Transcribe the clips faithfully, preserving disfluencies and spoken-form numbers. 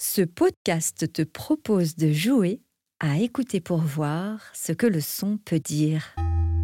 Ce podcast te propose de jouer à écouter pour voir ce que le son peut dire.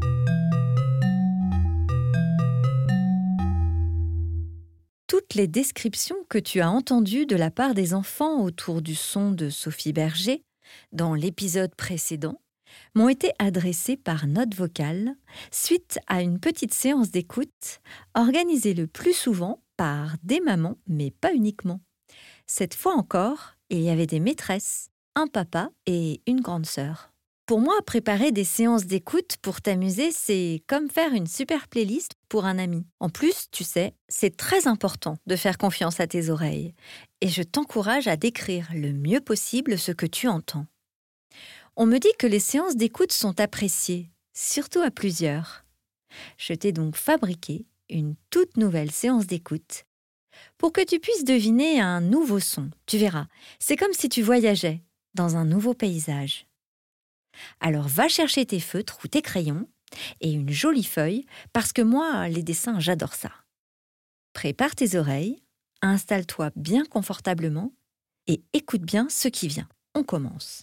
Toutes les descriptions que tu as entendues de la part des enfants autour du son de Sophie Berger, dans l'épisode précédent, m'ont été adressées par note vocale suite à une petite séance d'écoute organisée le plus souvent par des mamans, mais pas uniquement. Cette fois encore, il y avait des maîtresses, un papa et une grande sœur. Pour moi, préparer des séances d'écoute pour t'amuser, c'est comme faire une super playlist pour un ami. En plus, tu sais, c'est très important de faire confiance à tes oreilles. Et je t'encourage à décrire le mieux possible ce que tu entends. On me dit que les séances d'écoute sont appréciées, surtout à plusieurs. Je t'ai donc fabriqué une toute nouvelle séance d'écoute pour que tu puisses deviner un nouveau son. Tu verras, c'est comme si tu voyageais dans un nouveau paysage. Alors va chercher tes feutres ou tes crayons et une jolie feuille, parce que moi, les dessins, j'adore ça. Prépare tes oreilles, installe-toi bien confortablement et écoute bien ce qui vient. On commence.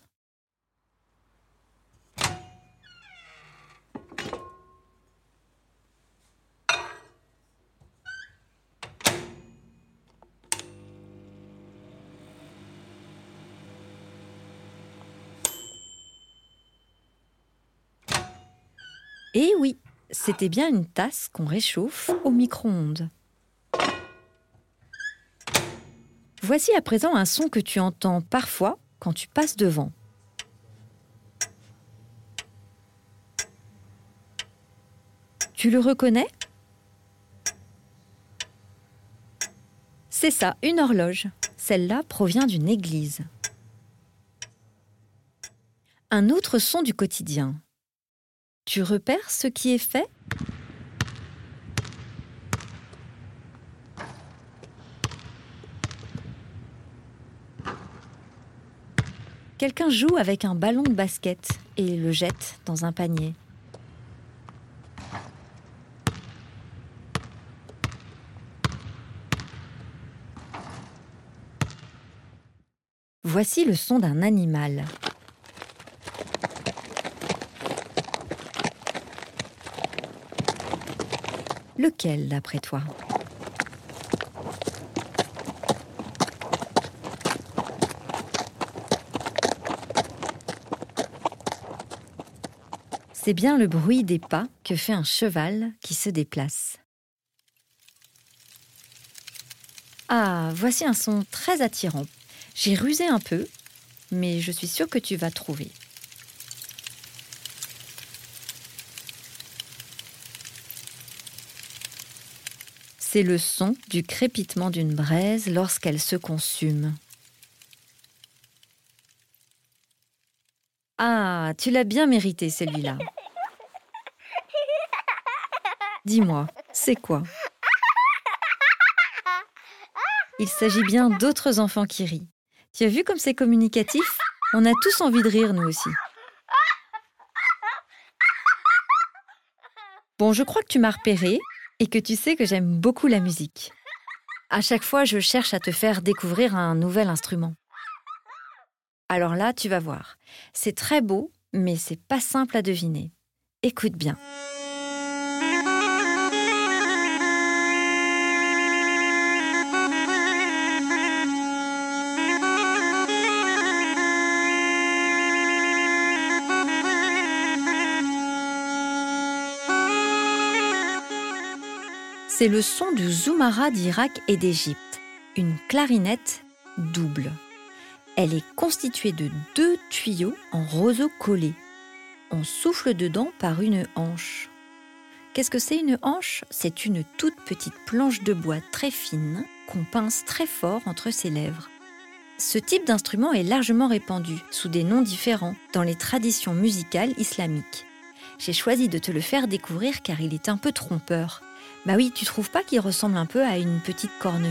Et oui, c'était bien une tasse qu'on réchauffe au micro-ondes. Voici à présent un son que tu entends parfois quand tu passes devant. Tu le reconnais ? C'est ça, une horloge. Celle-là provient d'une église. Un autre son du quotidien. Tu repères ce qui est fait ? Quelqu'un joue avec un ballon de basket et le jette dans un panier. Voici le son d'un animal. Lequel, d'après toi ? C'est bien le bruit des pas que fait un cheval qui se déplace. Ah, voici un son très attirant. J'ai rusé un peu, mais je suis sûre que tu vas trouver. C'est le son du crépitement d'une braise lorsqu'elle se consume. Ah, tu l'as bien mérité celui-là. Dis-moi, c'est quoi ? Il s'agit bien d'autres enfants qui rient. Tu as vu comme c'est communicatif ? On a tous envie de rire, nous aussi. Bon, je crois que tu m'as repéré et que tu sais que j'aime beaucoup la musique. À chaque fois, je cherche à te faire découvrir un nouvel instrument. Alors là, tu vas voir. C'est très beau, mais c'est pas simple à deviner. Écoute bien. C'est le son du Zoumara d'Irak et d'Égypte, une clarinette double. Elle est constituée de deux tuyaux en roseau collé. On souffle dedans par une hanche. Qu'est-ce que c'est une hanche ? C'est une toute petite planche de bois très fine qu'on pince très fort entre ses lèvres. Ce type d'instrument est largement répandu, sous des noms différents, dans les traditions musicales islamiques. J'ai choisi de te le faire découvrir car il est un peu trompeur. Bah oui, tu trouves pas qu'il ressemble un peu à une petite cornemuse ?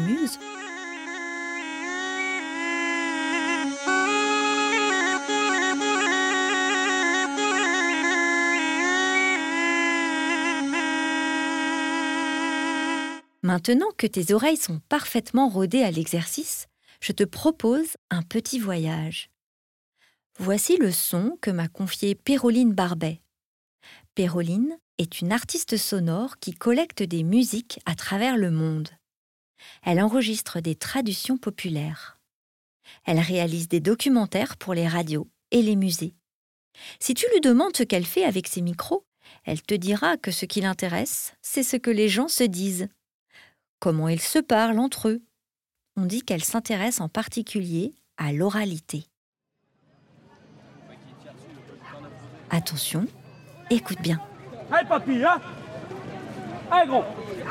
Maintenant que tes oreilles sont parfaitement rodées à l'exercice, je te propose un petit voyage. Voici le son que m'a confié Péroline Barbet. Péroline est une artiste sonore qui collecte des musiques à travers le monde. Elle enregistre des traductions populaires. Elle réalise des documentaires pour les radios et les musées. Si tu lui demandes ce qu'elle fait avec ses micros, elle te dira que ce qui l'intéresse, c'est ce que les gens se disent. Comment ils se parlent entre eux. On dit qu'elle s'intéresse en particulier à l'oralité. Attention, écoute bien. Allez papy, hein? Allez gros!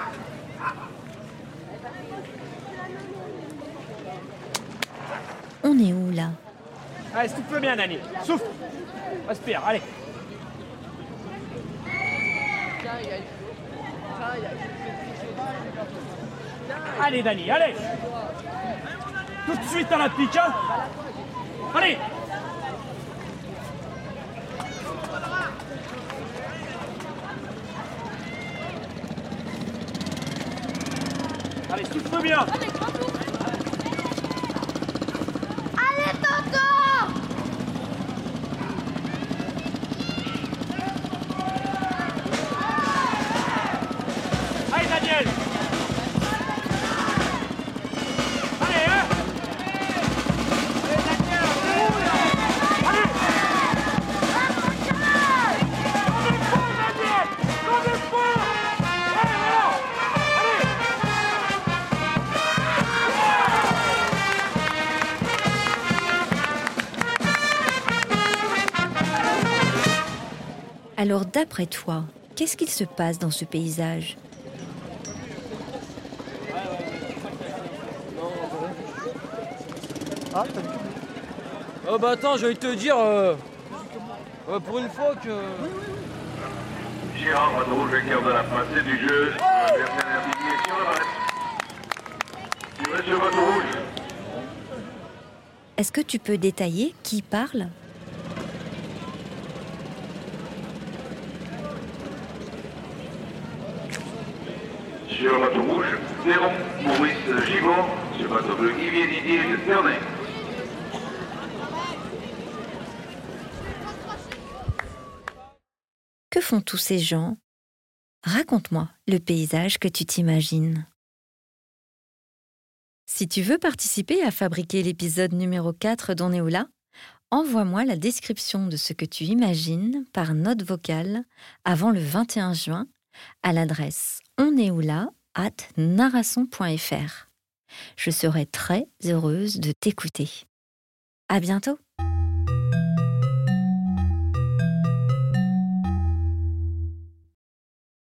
On est où là? Allez, souffle bien Dani, souffle! Respire, allez! Allez Dani, allez! Tout de suite à la pique, hein? Allez! Allez, souffle bien! Allez, Tonton! Allez, Daniel! Allez, hein! Allez, Daniel! Allez! Comme il faut, Daniel! Comme il faut! Allez, voilà! Allez! Alors d'après toi, qu'est-ce qu'il se passe dans ce paysage? Ah, t'as vu? Oh bah attends, j'ai envie de te dire, euh, euh, pour une fois que... Gérard Vadrouge, vainqueur de la passée du jeu. L'adversaire désigné sur le reste. Tu restes sur Vadrouge. Est-ce que tu peux détailler qui parle? Sur bateau rouge, Véron, Maurice Givon. Sur bateau bleu, Yvier Didier de Ternay. Que font tous ces gens? Raconte-moi le paysage que tu t'imagines. Si tu veux participer à fabriquer l'épisode numéro quatre d'On est où là, envoie-moi la description de ce que tu imagines par note vocale avant le vingt et un juin à l'adresse onestoula arobase narasson point f r. Je serai très heureuse de t'écouter. À bientôt!